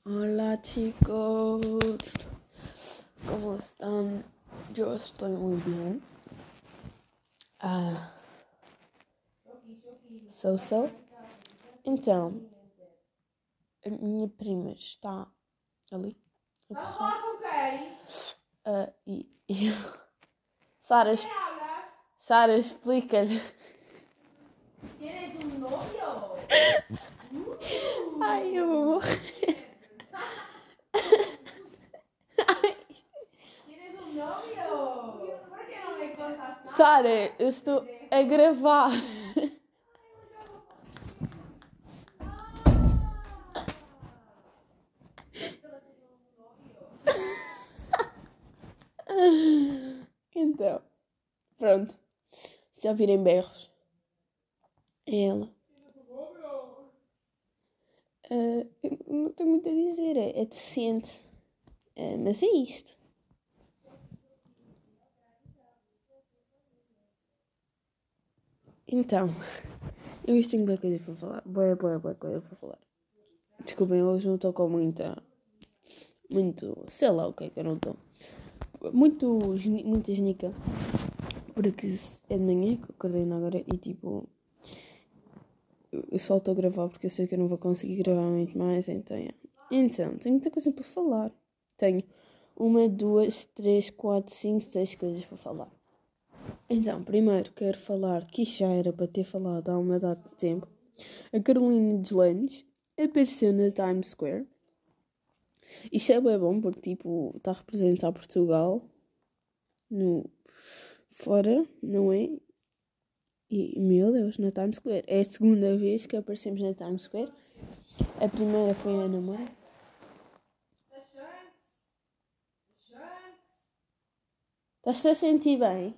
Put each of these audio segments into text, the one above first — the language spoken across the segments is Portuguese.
Hola chicos, ¿cómo están? Yo estoy muy bien. Então, a minha prima está ali a berrar. Sara, explica-lhe. ¿Tienes un novio? Ai, eu vou morrer. ¿Tienes un novio? ¿Por qué no me contas nada? Sara, eu estou a gravar. Então, pronto. Se ouvirem berros, é ela. Eu não tenho muito a dizer, é deficiente. Mas é isto. Então, eu hoje tenho boa coisa para falar. Boa coisa para falar. Desculpem, hoje não estou com muita... sei lá o que é que eu não estou. Muita genica. Porque é de manhã que eu acordei agora e tipo... Eu só estou a gravar porque eu sei que eu não vou conseguir gravar muito mais, então... Então, tenho muita coisa para falar. Tenho 1, 2, 3, 4, 5, 6 coisas para falar. Então, primeiro quero falar que isto já era para ter falado há uma data de tempo. A Carolina Deslandes apareceu na Times Square. Isso é bem bom porque, tipo, está a representar Portugal fora, não é? E, meu Deus, na Times Square. É a segunda vez que aparecemos na Times Square. A primeira foi a Ana Moura. Estás-te a sentir bem?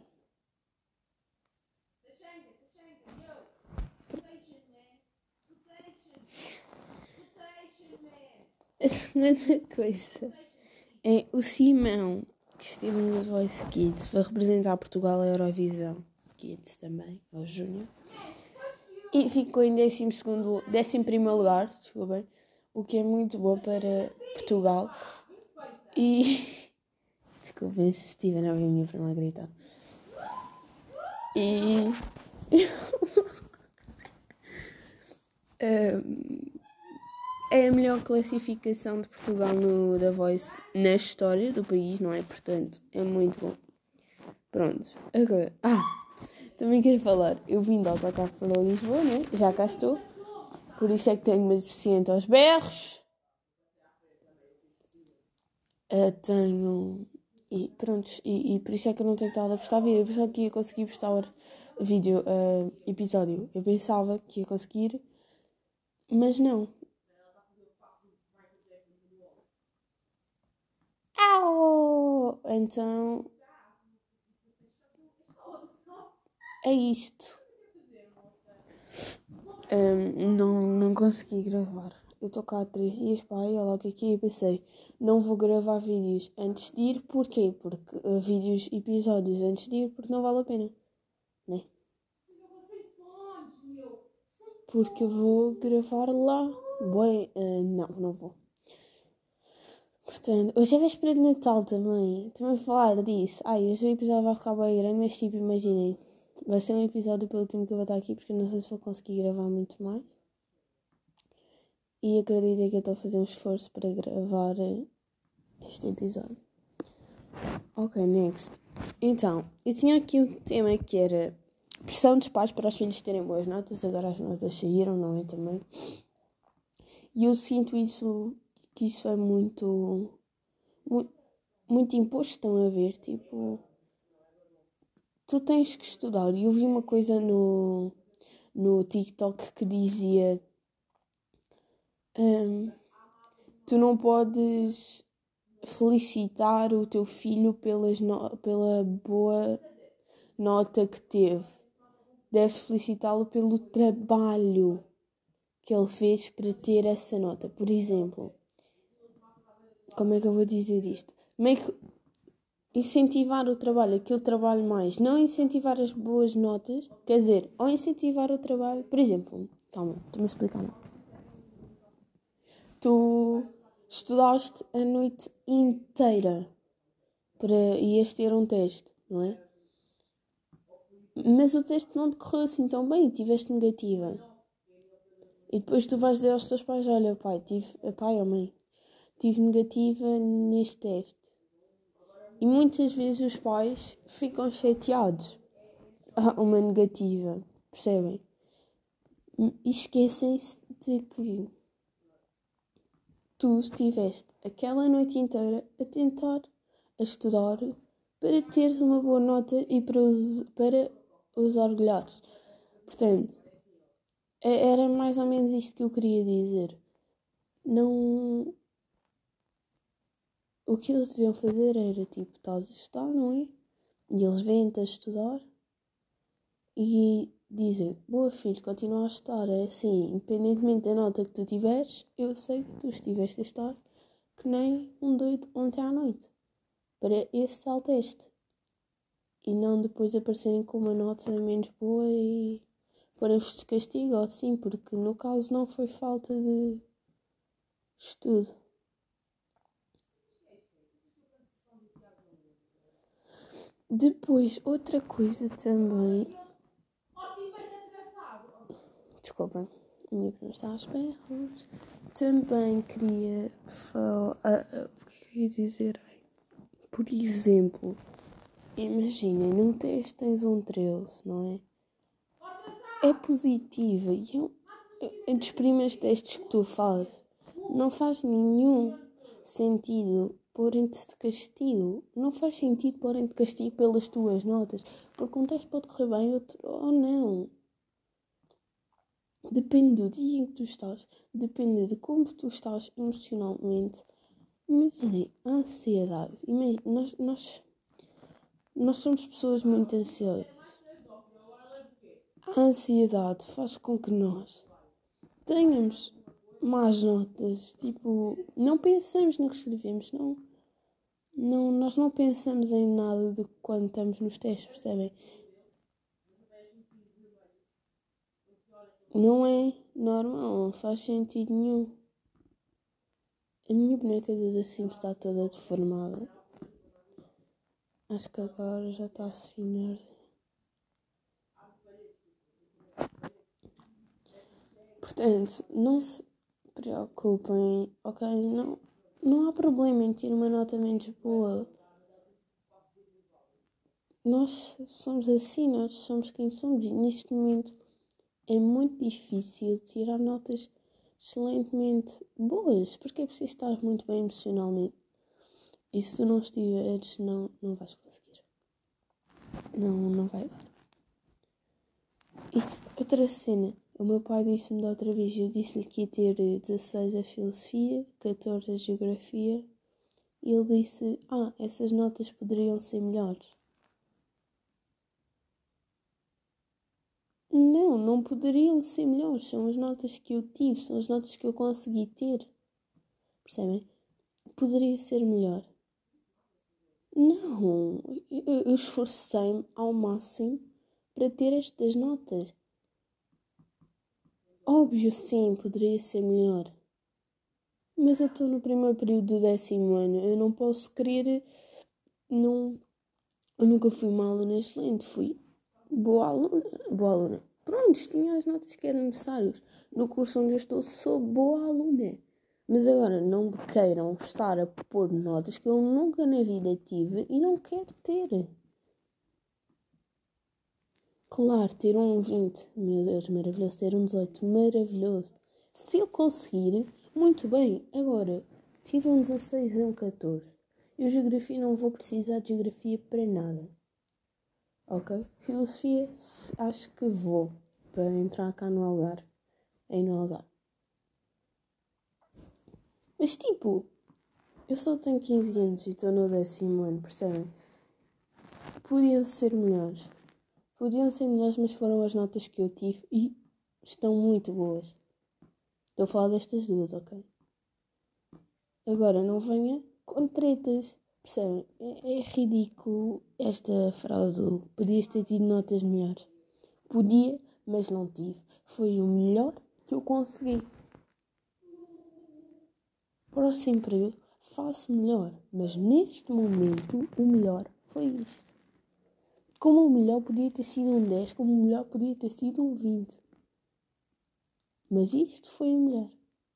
A segunda coisa é o Simão, que esteve no The Voice Kids, vai representar Portugal a Eurovisão Kids também, ao Júnior. E ficou em 11º lugar, desculpem, o que é muito bom para Portugal. E... desculpem se estiverem a ouvir a minha prima a gritar. E... é a melhor classificação de Portugal no The Voice na história do país, não é? Portanto, é muito bom. Pronto, agora... também quero falar. Eu vim de autocarro para Lisboa, né? Já cá estou. Por isso é que tenho uma deficiente aos berros. Tenho... E pronto, e por isso é que eu não tenho estado a postar vídeo. Eu pensava que ia conseguir postar episódio. Eu pensava que ia conseguir, mas não. Au! Então... é isto. Não consegui gravar. Eu estou cá há 3 dias, pá, e olha lá o que é que é. Eu pensei, não vou gravar vídeos antes de ir. Porquê? Porque episódios antes de ir, porque não vale a pena, né? Porque eu vou gravar lá. Não vou. Portanto, hoje é véspera de Natal também. Também vou falar disso. Hoje o episódio vai ficar bem grande, mas tipo, imaginei. Vai ser um episódio pelo tempo que eu vou estar aqui, porque eu não sei se vou conseguir gravar muito mais. E acredito que eu estou a fazer um esforço para gravar este episódio. Ok, next. Então, eu tinha aqui um tema que era pressão dos pais para os filhos terem boas notas. Agora as notas saíram, não é? Também. E eu sinto que isso é muito imposto, estão a ver? Tipo, tu tens que estudar. E eu vi uma coisa no TikTok que dizia... tu não podes felicitar o teu filho pela boa nota que teve. Deves felicitá-lo pelo trabalho que ele fez para ter essa nota. Por exemplo, como é que eu vou dizer isto? Meio que incentivar o trabalho, aquele trabalho mais. Não incentivar as boas notas, quer dizer, ou incentivar o trabalho. Por exemplo, calma, estou-me a explicar. Tu estudaste a noite inteira para ias ter um teste, não é? Mas o teste não decorreu assim tão bem e tiveste negativa. E depois tu vais dizer aos teus pais, olha pai ou mãe, tive negativa neste teste. E muitas vezes os pais ficam chateados. Há uma negativa, percebem? E esquecem-se de que tu estiveste aquela noite inteira a tentar, a estudar, para teres uma boa nota e para os orgulhares. Portanto, era mais ou menos isto que eu queria dizer. Não... O que eles deviam fazer era, tipo, estás a estudar, não é? E eles vêm-te a estudar e dizem, boa filho, continua a estudar. É assim, independentemente da nota que tu tiveres, eu sei que tu estiveste a estudar que nem um doido ontem à noite. Para esse tal teste. E não depois aparecerem com uma nota menos boa e porem-vos de castigo ou assim, porque no caso não foi falta de estudo. Depois, outra coisa também... Desculpem, a minha prima está aos berros. Também queria falar... O que eu ia dizer? Por exemplo, imaginem, num teste tens um 13, não é? É positiva e dos primeiros testes que tu fazes, não faz nenhum sentido porem-te de castigo. Não faz sentido porem-te de castigo pelas tuas notas, porque um teste pode correr bem, outro ou não. Depende do dia em que tu estás, depende de como tu estás emocionalmente. Imaginem, a ansiedade. Imaginem, nós somos pessoas muito ansiosas. A ansiedade faz com que nós tenhamos más notas, tipo, não pensamos no que escrevemos, nós não pensamos em nada de quando estamos nos testes, percebem? Não é normal, não faz sentido nenhum. A minha boneca da Sims está toda deformada. Acho que agora já está assim nerd. Portanto, não se preocupem, ok? Não há problema em ter uma nota menos boa. Nós somos assim, nós somos quem somos. E neste momento é muito difícil tirar notas excelentemente boas, porque é preciso estar muito bem emocionalmente. E se tu não estiveres, não vais conseguir. Não vai dar. E outra cena, o meu pai disse-me da outra vez, eu disse-lhe que ia ter 16 a filosofia, 14 a geografia, e ele disse, essas notas poderiam ser melhores. Não poderiam ser melhores, são as notas que eu tive, são as notas que eu consegui ter, percebem? Poderia ser melhor. Não, eu esforcei-me ao máximo para ter estas notas. Óbvio, sim, poderia ser melhor. Mas eu estou no primeiro período do 10º ano. Eu não posso querer... Eu nunca fui uma aluna excelente. Fui boa aluna. Pronto, tinha as notas que eram necessárias. No curso onde eu estou, sou boa aluna. Mas agora não me queiram estar a pôr notas que eu nunca na vida tive e não quero ter. Claro, ter um 20, meu Deus, maravilhoso. Ter um 18, maravilhoso. Se eu conseguir, muito bem. Agora, tive um 16 e um 14. Eu geografia não vou precisar de geografia para nada. Ok? Filosofia, acho que vou. Para entrar cá no Algarve. No Algarve. Mas tipo, eu só tenho 15 anos e estou no 10º ano, percebem? Podiam ser melhores. Mas foram as notas que eu tive e estão muito boas. Estou a falar destas duas, ok? Agora, não venha com tretas, percebem? É ridículo esta frase do podias ter tido notas melhores. Podia, mas não tive. Foi o melhor que eu consegui. próximo período faço melhor. Mas neste momento, o melhor foi isto. Como o melhor podia ter sido um 10, como o melhor podia ter sido um 20. Mas isto foi o melhor.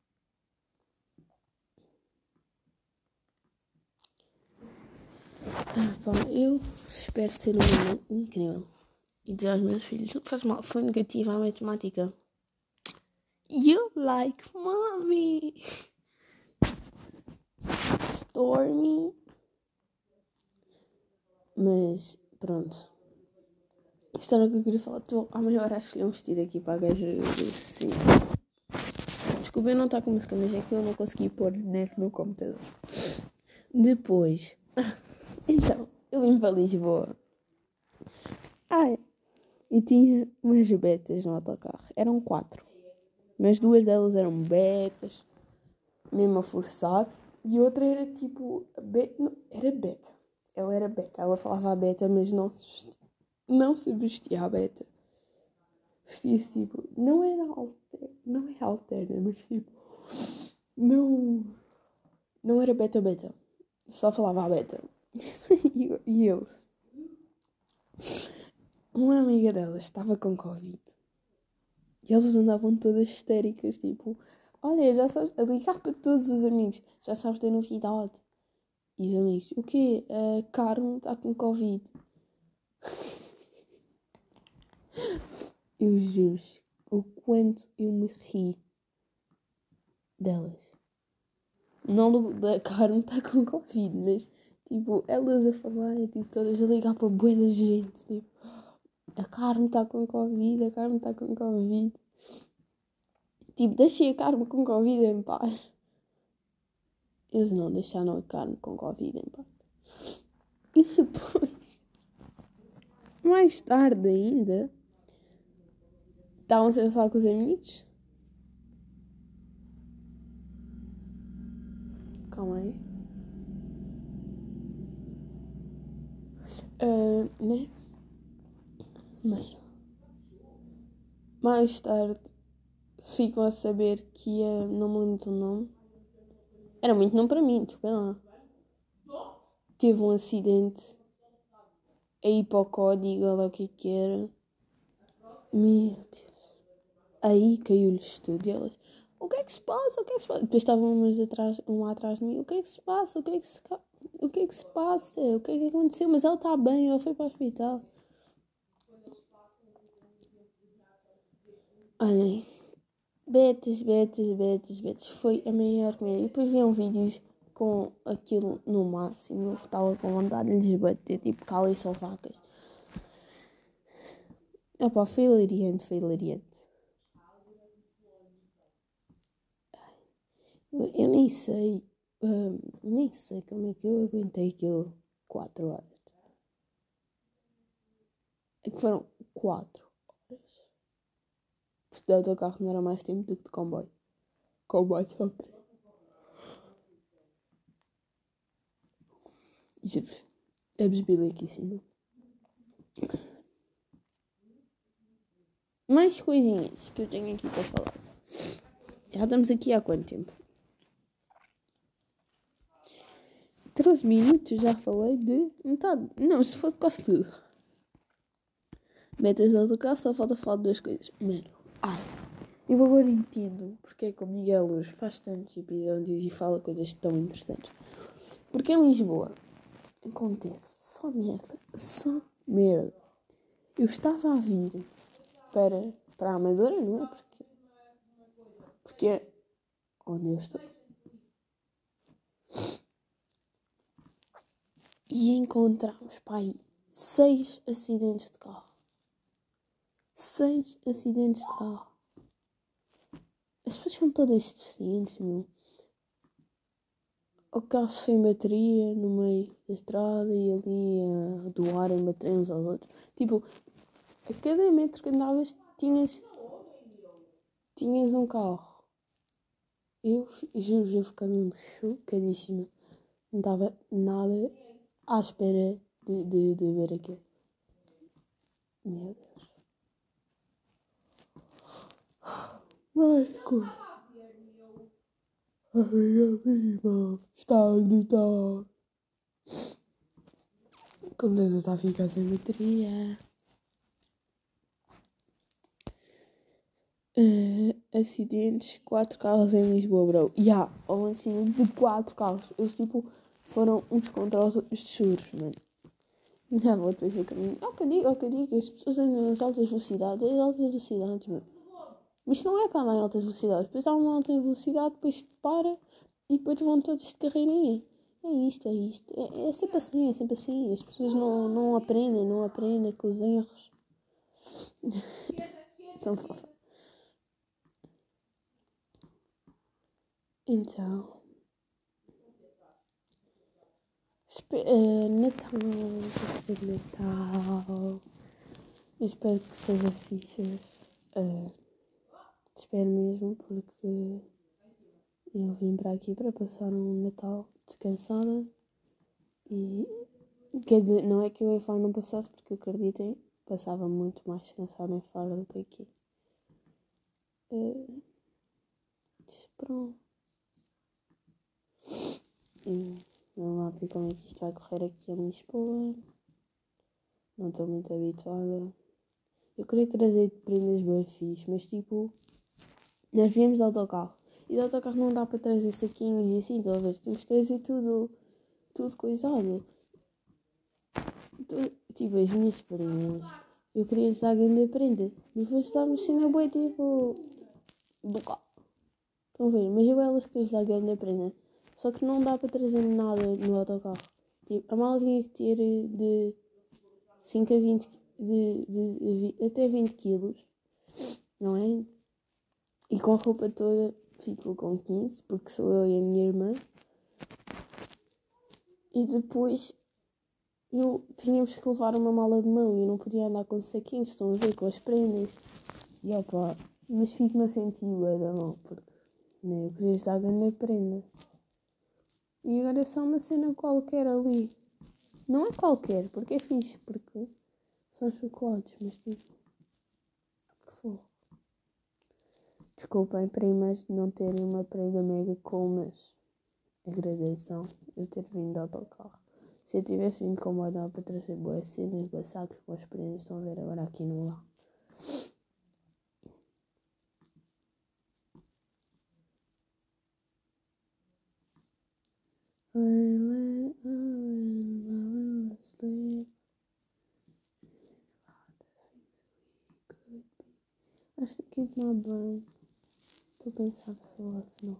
Bom, eu espero ser um aluno incrível. E dizer aos meus filhos, não faz mal, foi negativa a matemática. You like mommy. Stormy. Mas, pronto. Isto era o que eu queria falar. Estou à meia hora a escolher um vestido aqui para a gaja. Sim. Desculpa, eu não estou com música, mas é que eu não consegui pôr net no computador. Depois. Então, eu vim para Lisboa. E tinha umas betas no autocarro. Eram 4. Mas 2 delas eram betas. Mesmo a forçar. E outra era tipo... Não, era beta. Ela era beta. Ela falava a beta, mas não se vestia a beta. Vestia-se tipo... Não era alterna, mas tipo... Não era beta. Só falava a beta. e eles... Uma amiga delas estava com Covid. E elas andavam todas histéricas, tipo... Olha, já sabes... A ligar para todos os amigos. Já sabes da novidade. E os amigos... O quê? A Carmen está com Covid. Eu juro o quanto eu me ri delas. Não da Carmen está com Covid, mas... Tipo, elas a falarem, tipo, todas a ligar para bué da gente. Tipo... A Carmen está com Covid, a Carmen está com Covid. Tipo, deixei a Carmen com Covid em paz. Eles não deixaram a Carmen com Covid em paz. E depois, mais tarde ainda, estavam sempre a falar com os amigos. Calma aí. Né? Mas, mais tarde, ficam a saber que ia, não me lembro do nome. Era muito nome para mim, desculpa lá. Teve um acidente a ir para o código, olha lá o que era. Meu Deus. Aí caiu-lhes tudo. E elas, o que é que se passa? Depois estavam uma atrás de mim. O que é que se passa? O que é que se passa? O que é que aconteceu? Mas ela está bem, ela foi para o hospital. Olhem. Betas. Foi a maior comédia. E depois viam vídeos com aquilo no máximo. Eu estava com vontade de lhes bater, tipo cala e sovacas. Opá, foi hilariante. Eu nem sei como é que eu aguentei aquilo 4 horas. É que foram 4 horas. Porque de autocarro não era mais tempo do que de comboio. Comboio só 3. Juro-vos. É besbiliquíssimo. Mais coisinhas que eu tenho aqui para falar. Já estamos aqui há quanto tempo? 13 minutos, já falei de metade. Não, isto foi quase tudo. Metas de autocarro, só falta falar de 2 coisas. Mano, eu agora entendo porque é que o Miguel Luz faz tantos episódios e fala coisas tão interessantes. Porque em Lisboa acontece só merda. Eu estava a vir para a Amadora, não é? Porque é onde eu estou. E encontramos, pai, 6 acidentes de carro. 6 acidentes de carro. As pessoas são todas deficientes, meu. O carro sem bateria no meio da estrada e ali a doarem bateria uns aos outros. Tipo, a cada metro que andavas tinhas um carro. Eu juro, fiquei mesmo chocadíssima. Não estava nada à espera de ver aquilo. Meu Deus. Marco. A minha prima está a gritar. O computador está a ficar sem bateria. Acidentes, 4 carros em Lisboa, bro. Houve um acidente de 4 carros. Eles, tipo, foram uns contra os outros de juros, mano. Já vou depois ver o caminho. É o que eu digo. As pessoas andam nas altas velocidades. É as altas velocidades, mano. Mas isto não é para andar em altas velocidades. Depois há uma alta velocidade, depois para e depois vão todos de carreirinha. É isto. É sempre assim, é sempre assim. As pessoas não aprendem com os erros. Tão fofa. Então. Natal. Natal. Eu espero que seja fixe. Espero mesmo, porque eu vim para aqui para passar um Natal descansada. E quer dizer, não é que eu em Faro não passasse, porque acreditem, passava muito mais descansada em Faro do que aqui. Pronto. E vamos lá ver como é que isto vai correr aqui em Lisboa. Não estou muito habituada. Eu queria trazer prendas bem fixe, mas tipo, nós viemos de autocarro. E de autocarro não dá para trazer saquinhos e assim, estão a ver? Temos que trazer tudo coisado. Tipo, as minhas primas, eu queria lhes dar grande prenda, mas vou-lhes dar uma cena boa, tipo, do carro. Estão a ver? Mas eu elas queria lhes dar grande prenda. Só que não dá para trazer nada no autocarro. Tipo, a mala tinha que ter de 5 a 20, até 20 quilos, não é? E com a roupa toda fico com 15, porque sou eu e a minha irmã. E depois tínhamos que levar uma mala de mão e eu não podia andar com saquinhos, estão a ver, com as prendas. E opa, mas fico-me a sentir bué da mão, porque nem eu queria dar grande prenda. E agora é só uma cena qualquer ali. Não é qualquer, porque é fixe, porque são chocolates, mas tipo, fogo. Desculpem, primas, de não terem uma prenda mega cool, mas agradeçam eu ter vindo de autocarro. Se eu tivesse vindo com uma dama para trazer boas cenas, boas sacos, boas prendas, estão a ver agora aqui no lá. Acho que aqui tomar banho. Estou a pensar se vou lá, se não.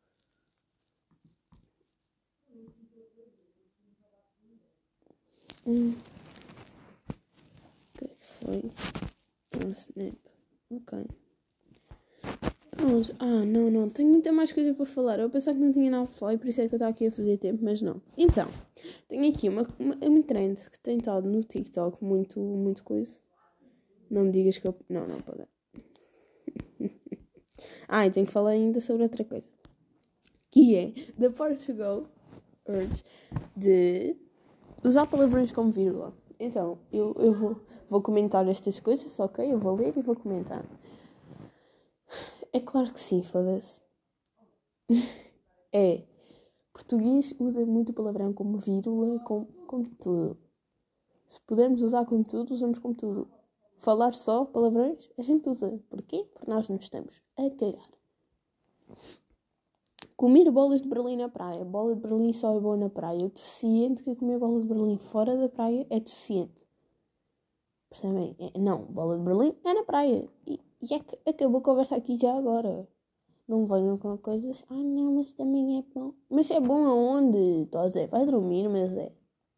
O que é que foi? Um snap. Ok. Pronto. Não. Tenho muita mais coisa para falar. Eu pensava que não tinha nada para falar e por isso é que eu estava aqui a fazer tempo, mas não. Então, tenho aqui uma trend que tem estado no TikTok muito coisa. Não me digas que eu... Não, paguei. E tenho que falar ainda sobre outra coisa. Que é da Portugal Urge de usar palavrões como vírgula. Então, eu vou comentar estas coisas, ok? Eu vou ler e vou comentar. É claro que sim, foda-se. Português usa muito palavrão como vírgula, como tudo. Se pudermos usar como tudo, usamos como tudo. Falar só palavrões, a gente usa. Porquê? Porque nós nos estamos a cagar. Comer bolas de Berlim na praia. Bola de Berlim só é boa na praia. O deficiente que comer bolas de Berlim fora da praia é deficiente. Percebem? Não, bola de Berlim é na praia. E é que acabou a conversa aqui já agora. Não venham com coisas. Não, mas também é bom. Mas é bom aonde? Estou a dizer, vai dormir, mas é.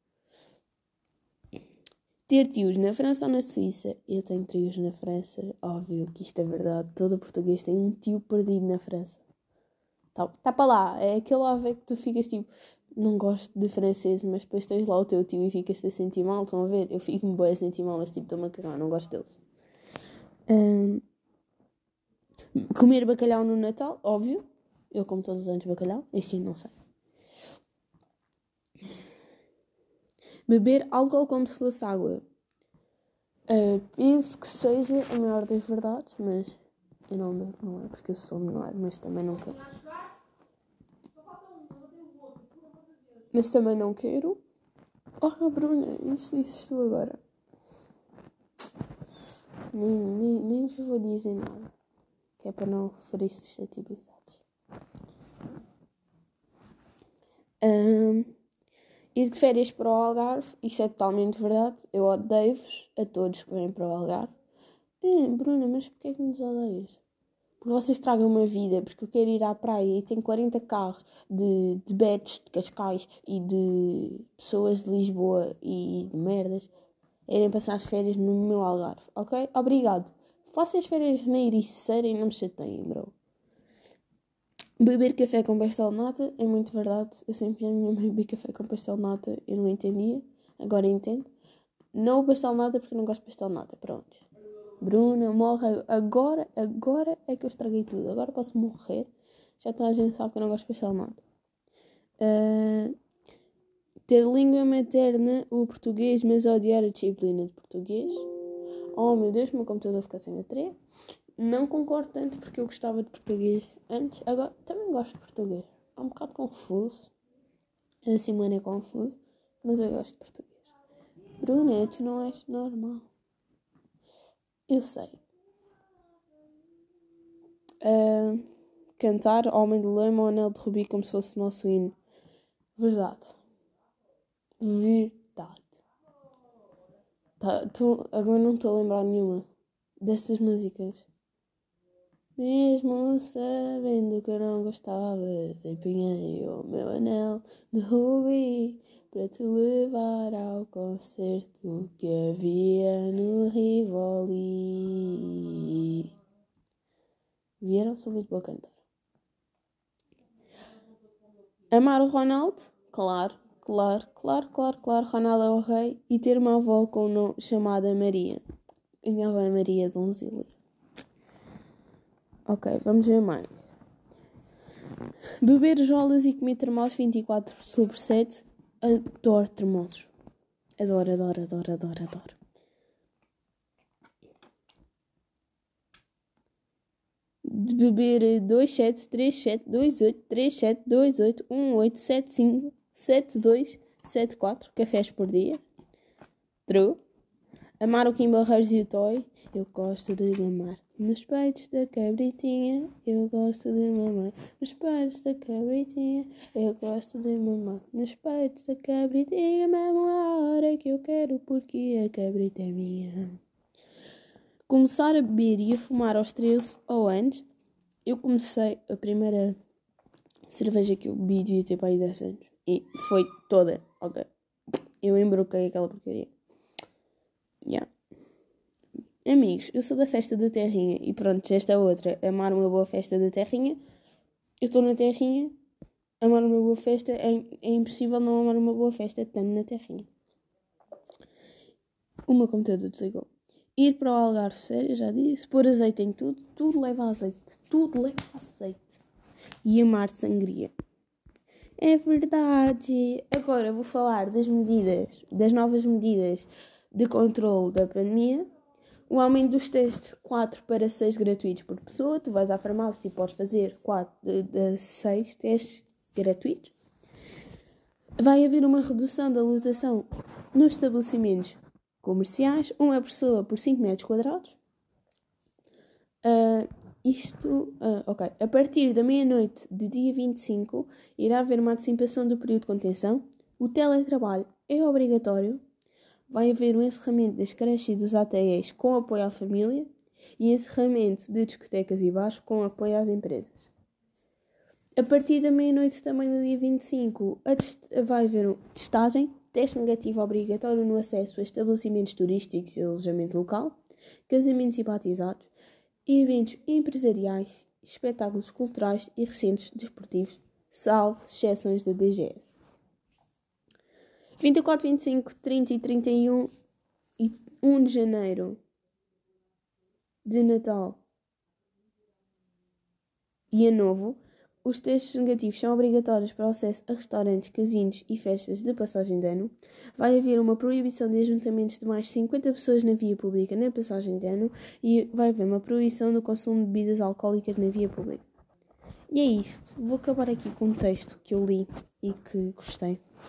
Ter tios na França ou na Suíça? Eu tenho tios na França. Óbvio que isto é verdade. Todo português tem um tio perdido na França. Tá para lá. É aquele ave que tu ficas tipo... Não gosto de francês, mas depois tens lá o teu tio e ficas-te a sentir mal. Estão a ver? Eu fico-me bem a sentir mal, mas tipo, estou-me a cagar. Não gosto deles. Comer bacalhau no Natal, óbvio. Eu como todos os anos bacalhau. Este ano não sei. Beber álcool como se fosse água. Penso que seja a maior das verdades, mas eu não bebo, não é porque eu sou menor, mas também não quero. Mas também não quero. Oh, Bruna, isso dizes tu agora. Nem vos vou dizer nada. Que é para não ferir suscetibilidades. Ir de férias para o Algarve, isto é totalmente verdade. Eu odeio-vos a todos que vêm para o Algarve. Bruna, mas porquê é que nos odeias? Porque vocês tragam uma vida, porque eu quero ir à praia e tenho 40 carros de betos de Cascais e de pessoas de Lisboa e de merdas a irem passar as férias no meu Algarve, ok? Obrigado. Façam as férias na Ericeira e não me chateiem, bro. Beber café com pastel de nata é muito verdade. Eu sempre vi a minha mãe beber café com pastel de nata. Eu não entendia. Agora entendo. Não o pastel de nata porque eu não gosto de pastel de nata. Pronto. Bruna, morre. Agora é que eu estraguei tudo. Agora posso morrer. Já toda a gente sabe que eu não gosto de pastel de nata. Ter língua materna o português, mas odiar a disciplina de português. Oh meu Deus, o meu computador fica sem bateria. Não concordo tanto porque eu gostava de português antes. Agora também gosto de português. É um bocado confuso. A Simone é confuso. Mas eu gosto de português. Bruna, tu não és normal. Eu sei. Cantar Homem de Lema ou Anel de Rubi como se fosse o nosso hino. Verdade. Agora não estou a lembrar nenhuma dessas músicas. Mesmo sabendo que eu não gostava, empenhei o meu anel de rubi para te levar ao concerto que havia no Rivoli. Vieram? Sou muito boa cantora. Amar o Ronaldo? Claro. Ronaldo é o rei. E ter uma avó chamada Maria. A minha avó é Maria Donzília. Ok, vamos ver mais. Beber jolas e comer termossos 24/7. Adoro termossos. Adoro. De beber 27, 37, 28, 37, 28, 18, 75, 72, 74 cafés por dia. True. Amar o Kim Barreiros e o Toy. Eu gosto de mamar nos peitos da cabritinha. Eu gosto de mamar nos peitos da cabritinha. Eu gosto de mamar nos peitos da cabritinha. Mesmo a hora que eu quero, porque a cabrita é minha. Começar a beber e a fumar aos 13 ou antes. Eu comecei a primeira cerveja que eu bebi devia ter para aí 10 anos. E foi toda, ok. Eu embroquei aquela porcaria. Yeah. Amigos, eu sou da festa da Terrinha. E pronto, esta é outra. Amar uma boa festa da Terrinha. Eu estou na Terrinha. Amar uma boa festa. É impossível não amar uma boa festa estando na Terrinha. O meu computador desligou. Ir para o Algarve de férias, já disse. Pôr azeite em tudo. Tudo leva azeite. E amar sangria. É verdade. Agora vou falar das novas medidas de controle da pandemia. O aumento dos testes 4 para 6 gratuitos por pessoa. Tu vais à farmácia e podes fazer 6 testes gratuitos. Vai haver uma redução da lotação nos estabelecimentos comerciais. Uma pessoa por 5 metros quadrados. Ok. A partir da meia-noite de dia 25, irá haver uma antecipação do período de contenção. O teletrabalho é obrigatório. Vai haver um encerramento das creches e dos ATEs com apoio à família e encerramento de discotecas e bares com apoio às empresas. A partir da meia-noite também do dia 25, vai haver testagem, teste negativo obrigatório no acesso a estabelecimentos turísticos e alojamento local, casamentos e batizados, eventos empresariais, espetáculos culturais e recintos desportivos, salvo exceções da DGS. 24, 25, 30 e 31 e 1 de janeiro de Natal e Ano Novo, os testes negativos são obrigatórios para o acesso a restaurantes, casinos e festas de passagem de ano. Vai haver uma proibição de ajuntamentos de mais de 50 pessoas na via pública na passagem de ano e vai haver uma proibição do consumo de bebidas alcoólicas na via pública. E é isto. Vou acabar aqui com um texto que eu li e que gostei.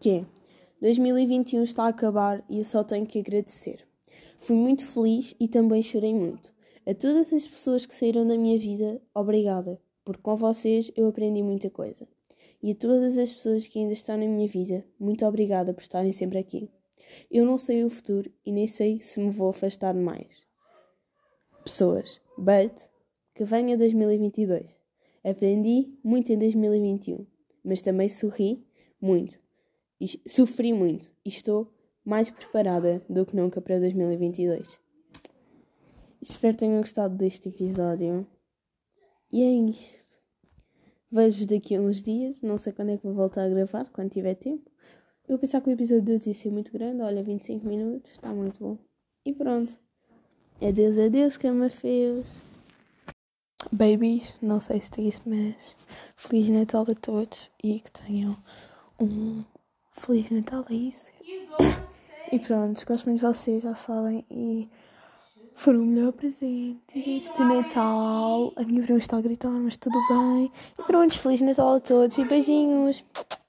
que é: 2021 está a acabar e eu só tenho que agradecer. Fui muito feliz e também chorei muito. A todas as pessoas que saíram da minha vida, obrigada, porque com vocês eu aprendi muita coisa. E a todas as pessoas que ainda estão na minha vida, muito obrigada por estarem sempre aqui. Eu não sei o futuro e nem sei se me vou afastar mais. Pessoas, but que venha 2022. Aprendi muito em 2021, mas também sorri muito. Sofri muito e estou mais preparada do que nunca para 2022. Espero que tenham gostado deste episódio. E é isto. Vejo-vos daqui a uns dias. Não sei quando é que vou voltar a gravar, quando tiver tempo. Eu pensava que o episódio 2 ia ser muito grande. Olha, 25 minutos. Está muito bom. E pronto. Adeus, adeus, camafeus. Babies, não sei se disse, mas Feliz Natal a todos. E que tenham um Feliz Natal, é isso. E pronto, gosto muito de vocês, já sabem. E foram o melhor presente deste Natal. A minha prima está a gritar, mas tudo bem. E pronto, Feliz Natal a todos e beijinhos.